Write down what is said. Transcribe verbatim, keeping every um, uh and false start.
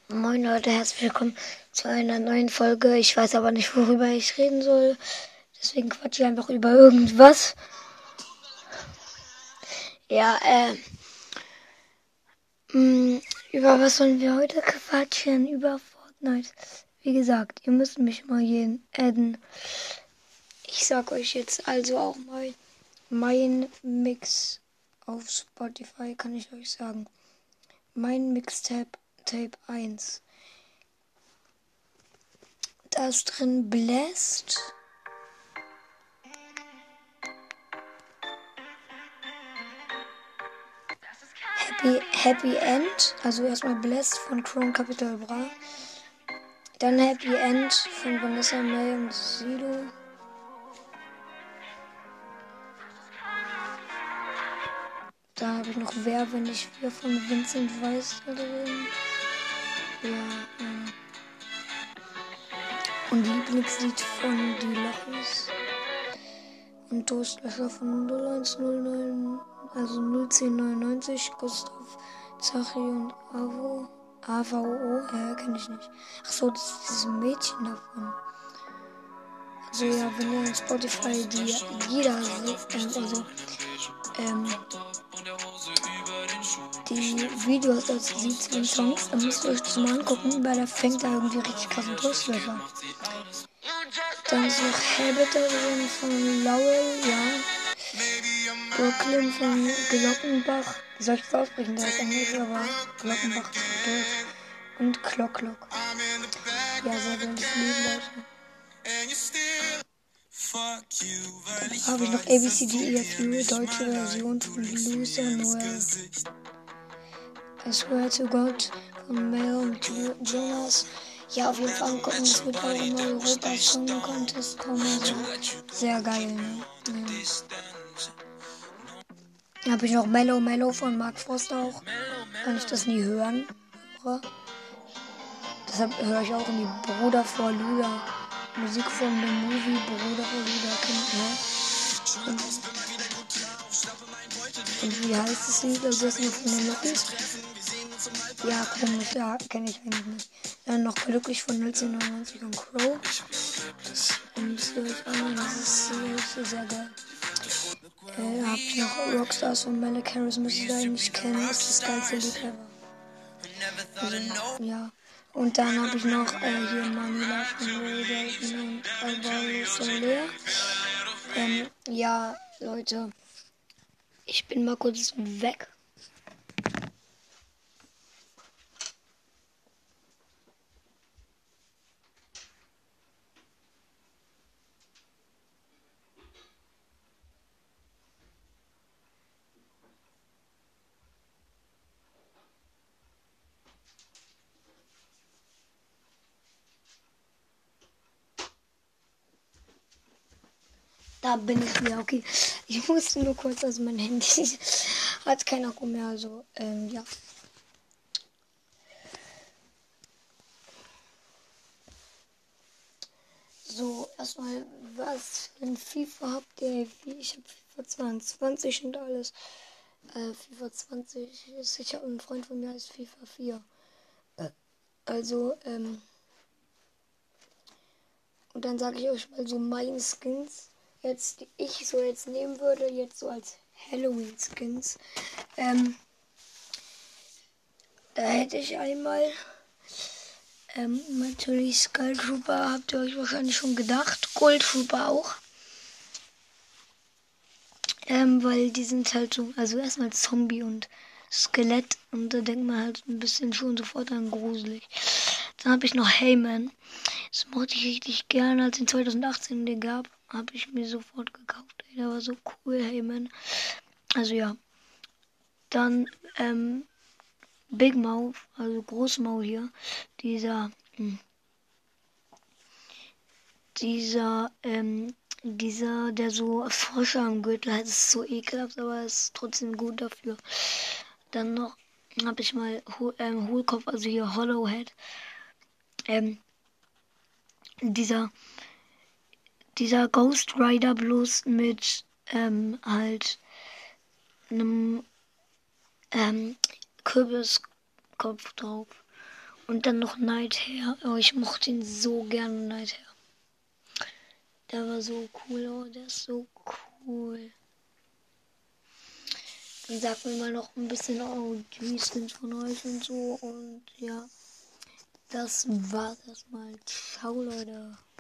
Moin Leute, herzlich willkommen zu einer neuen Folge. Ich weiß aber nicht, worüber ich reden soll. Deswegen quatsche ich einfach über irgendwas. Ja, äh. Mh, über was sollen wir heute quatschen? Über Fortnite. Wie gesagt, ihr müsst mich mal jeden adden. Ich sag euch jetzt also auch mal mein Mix auf Spotify, kann ich euch sagen. Mein Mixtape Tape eins. Da ist drin Blessed. Happy, Happy End, also erstmal Blessed von Chrome Capital Bra. Dann Happy End von Vanessa May und Sido. Da habe ich noch Wer, wenn nicht wir von Vincent Weiss da drin. Ja, ähm. Und Lieblingslied von Die Lochis. Und Toastlöcher von null eins null neun, also null eins neunundneunzig, Gustav, Zachi und Avo. A V O, ja, kenne ich nicht. Achso, das ist dieses Mädchen davon. Also ja, wenn ihr in Spotify die jeder sieht, äh, also ähm, die Videos dazu sieht zu den Songs, dann müsst ihr euch das mal angucken, weil da fängt da irgendwie richtig krass ein Toastlöcher. Dann ist noch Habit drin von Laurel, ja. Brooklyn von Glockenbach. Wie soll ich das aussprechen? Der ist Englisch, aber Glockenbach ist auch Deutsch. Und Clock Clock. Ja, sehr geiles Lied, Leute. Dann habe ich noch A B C D E F U, deutsche Version von Loser Noel. I Swear to God von Mel und Jonas. Ja, auf jeden Fall gucken, es wird auch ein Europa Song Contest kommen. Also sehr geil, ne? Ja. Habe ich noch Mellow Mellow von Mark Forster auch. Kann ich das nie hören. Höre. Deshalb höre ich auch in die Bruder vor Luda. Musik von The Movie Bruder vor Luda kennt, ne? Und, und wie heißt das Lied? Also das ist von den Lochis. Ja, komisch, ja, kenne ich eigentlich nicht. Dann noch Glücklich von neunzehnhundertneunundneunzig und Crow. Das müsst ihr euch anhören, das ist sehr, sehr geil. Äh, habt ihr noch Rockstars von Malek Harris, müsst ihr eigentlich kennen, das ist das geilste Lied ever. Also, ja. Und dann habe ich noch äh, hier Manila von Ray Dalton und Alvaro Soler. Ähm, ja, Leute, ich bin mal kurz weg. Da bin ich wieder, okay. Ich musste nur kurz, also mein Handy hat kein Akku mehr, also, ähm, ja. So, erstmal, was für ein FIFA habt ihr? Ich habe FIFA zweiundzwanzig und alles. Äh, FIFA zwanzig ist sicher, ein Freund von mir heißt FIFA vier. Äh, also, ähm, und dann sage ich euch mal so meine Skins, jetzt, die ich so jetzt nehmen würde, jetzt so als Halloween-Skins. Ähm, da hätte ich einmal, ähm, natürlich Skull Trooper, habt ihr euch wahrscheinlich schon gedacht. Gold Trooper auch. Ähm, weil die sind halt so, also erstmal Zombie und Skelett und da denkt man halt ein bisschen schon sofort an gruselig. Dann habe ich noch Heyman. Das mochte ich richtig gerne, als in zwanzig achtzehn den gab, habe ich mir sofort gekauft. Ey, der war so cool, Heyman. Also ja. Dann ähm, Big Mouth, also Großmaul hier. Dieser, mh, dieser, ähm, dieser, der so Frösche am Gürtel hat, ist so ekelhaft, aber ist trotzdem gut dafür. Dann noch habe ich mal ähm, Hohlkopf, also hier Hollowhead. Ähm, dieser, dieser Ghost Rider bloß mit ähm, halt einem ähm, Kürbiskopf drauf. Und dann noch Nighthair. Oh, ich mochte ihn so gerne, Nighthair. Der war so cool, oh, der ist so cool. Dann sagt mir mal noch ein bisschen O G-Skins von euch und so. Und ja, das war's erstmal. Ciao, Leute.